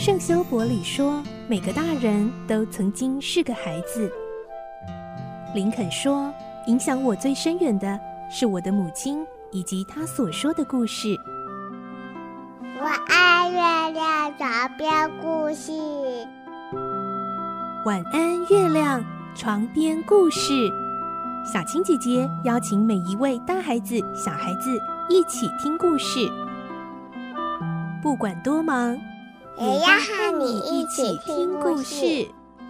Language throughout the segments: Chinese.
圣修伯里说，每个大人都曾经是个孩子。林肯说，影响我最深远的是我的母亲以及她所说的故事。 我爱月亮床边故事。 晚安，月亮床边故事。小青姐姐邀请每一位大孩子、小孩子一起听故事，不管多忙， 也要和你一起听故事。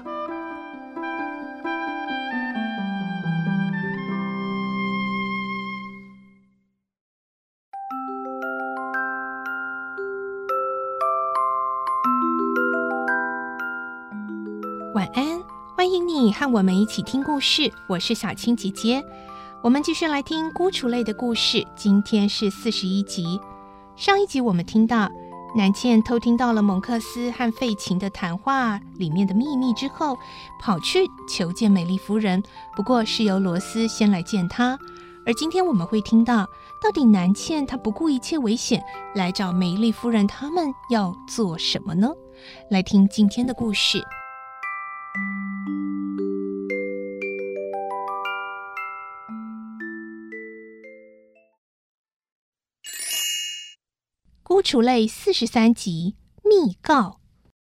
晚安，欢迎你和我们一起听故事，我是小青姐姐。我们继续来听孤雏类的故事，今天是41集。上一集我们听到南茜偷听到了蒙克斯和费琴的谈话里面的秘密之后，跑去求见美丽夫人，不过是由罗斯先来见她。而今天我们会听到，到底南茜她不顾一切危险来找美丽夫人，他们要做什么呢？来听今天的故事。孤雏类43集密告。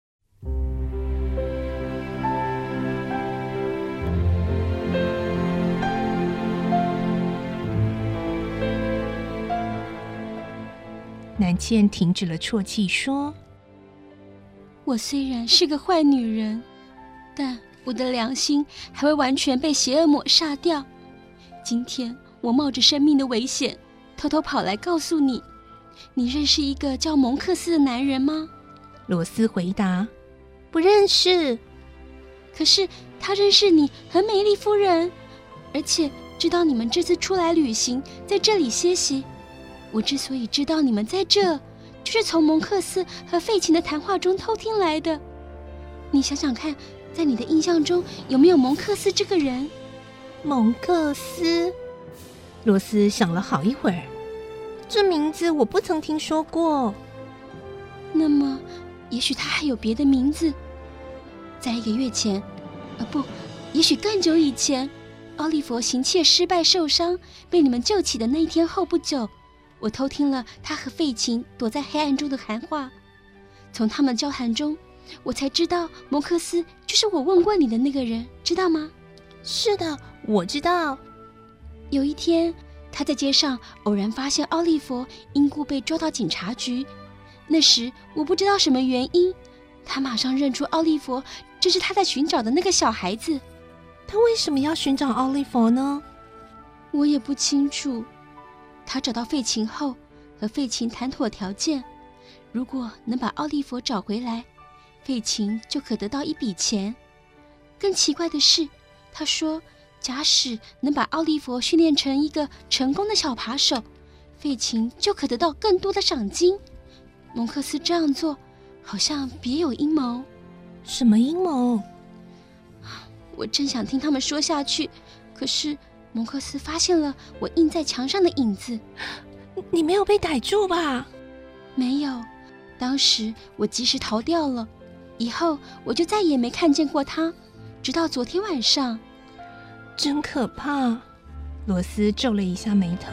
南茜停止了啜泣，说： 我虽然是个坏女人，但我的良心还未完全被邪恶抹杀掉。今天我冒着生命的危险偷偷跑来告诉你，你认识一个叫蒙克斯的男人吗？ 罗斯回答：不认识。 可是他认识你和美丽夫人，而且知道你们这次出来旅行，在这里歇息。我之所以知道你们在这，就是从蒙克斯和费琴的谈话中偷听来的。你想想看，在你的印象中有没有蒙克斯这个人？ 蒙克斯？罗斯想了好一会儿，这名字我不曾听说过。 那么也许他还有别的名字。在1个月前，不，也许更久以前，奥利弗行窃失败受伤，被你们救起的那一天后不久，我偷听了他和费琴躲在黑暗中的谈话。从他们交谈中，我才知道蒙克斯就是我问过你的那个人，知道吗？ 是的，我知道。 有一天，他在街上偶然发现奥利弗因故被抓到警察局。那时我不知道什么原因，他马上认出奥利弗正是他在寻找的那个小孩子。 他为什么要寻找奥利弗呢？ 我也不清楚。他找到费琴后，和费琴谈妥条件，如果能把奥利弗找回来，费琴就可得到一笔钱。更奇怪的是，他说假使能把奥利弗训练成一个成功的小扒手，费琴就可得到更多的赏金。蒙克斯这样做好像别有阴谋。 什么阴谋？ 我真想听他们说下去，可是蒙克斯发现了我印在墙上的影子。 你没有被逮住吧？ 没有，当时我及时逃掉了，以后我就再也没看见过他，直到昨天晚上。 真可怕，罗斯皱了一下眉头。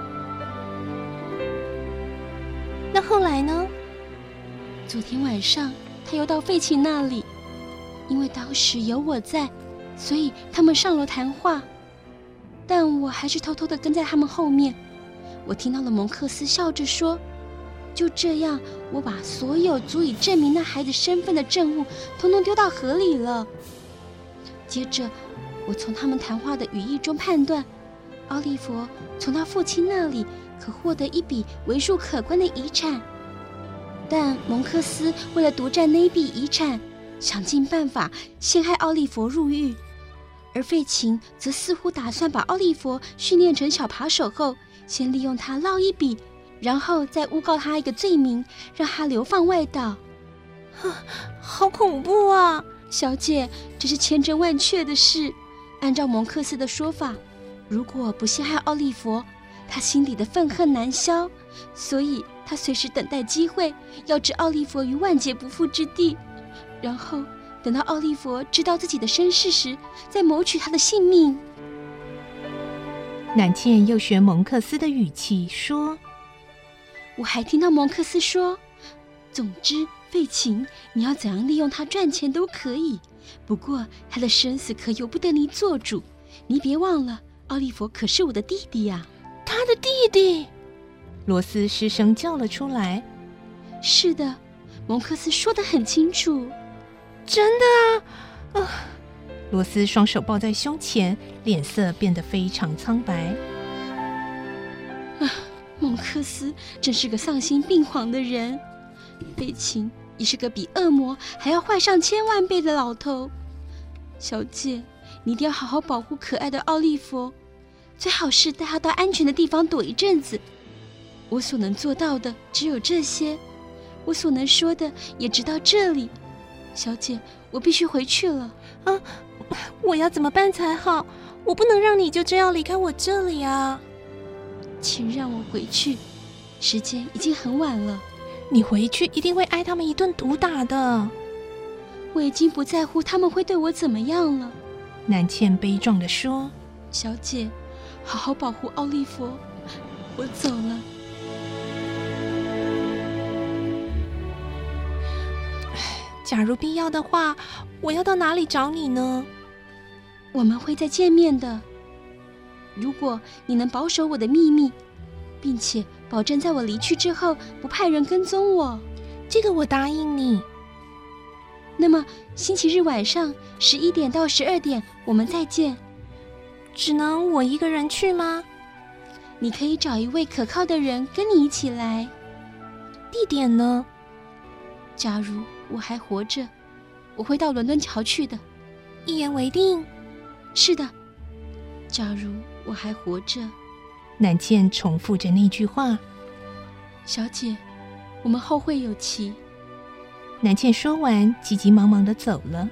那后来呢？ 昨天晚上他又到费琴那里，因为当时有我在，所以他们上楼谈话，但我还是偷偷地跟在他们后面。我听到了蒙克斯笑着说，就这样，我把所有足以证明那孩子身份的证物统统丢到河里了。接着我从他们谈话的语义中判断，奥利弗从他父亲那里可获得一笔为数可观的遗产，但蒙克斯为了独占那一笔遗产，想尽办法陷害奥利弗入狱，而费琴则似乎打算把奥利弗训练成小扒手后，先利用他捞一笔，然后再诬告他一个罪名，让他流放外岛。 好恐怖啊！ 小姐，这是千真万确的事。按照蒙克斯的说法，如果不陷害奥利弗，他心里的愤恨难消，所以他随时等待机会，要置奥利佛于万劫不复之地，然后等到奥利佛知道自己的身世时，再谋取他的性命。 南茜又学蒙克斯的语气说： 我还听到蒙克斯说，总之费琴，你要怎样利用他赚钱都可以，不过他的生死可由不得你做主，你别忘了，奥利佛可是我的弟弟呀。 他的弟弟！罗斯失声叫了出来。 是的，蒙克斯说得很清楚。 真的啊！罗斯双手抱在胸前，脸色变得非常苍白。 蒙克斯真是个丧心病狂的人，费琴也是个比恶魔还要坏上千万倍的老头。小姐，你一定要好好保护可爱的奥利佛，最好是带他到安全的地方躲一阵子。我所能做到的只有这些，我所能说的也直到这里。小姐，我必须回去了。 我要怎么办才好？我不能让你就这样离开我这里啊！ 请让我回去，时间已经很晚了。 你回去一定会挨他们一顿毒打的。 我已经不在乎他们会对我怎么样了。 南茜悲壮地说： 小姐，好好保护奥利佛，我走了。 假如必要的话，我要到哪里找你呢？ 我们会再见面的。如果你能保守我的秘密，并且保证在我离去之后不派人跟踪我， 这个我答应你。 那么星期日晚上11点到12点我们再见。 只能我一个人去吗？ 你可以找一位可靠的人跟你一起来。 地点呢？ 假如我还活着，我会到伦敦桥去的。 一言为定。 是的，假如我还活着。 南茜重复着那句话。 小姐，我们后会有期。 南茜说完，急急忙忙地走了。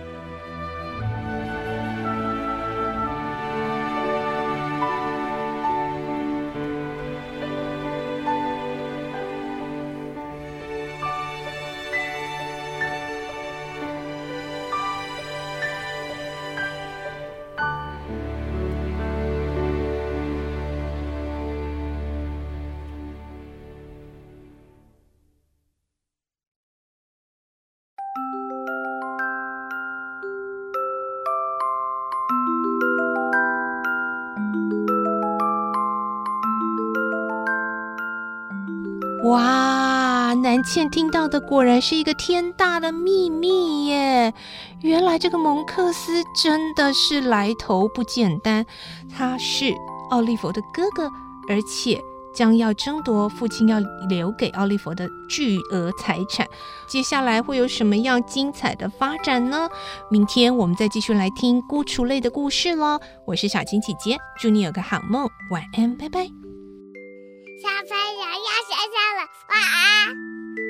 哇，南茜听到的果然是一个天大的秘密耶！原来这个蒙克斯真的是来头不简单，他是奥利佛的哥哥，而且将要争夺父亲要留给奥利佛的巨额财产。接下来会有什么样精彩的发展呢？明天我们再继续来听孤雏类的故事咯。我是小青姐姐，祝你有个好梦，晚安，拜拜。 小朋友要睡觉了，晚安。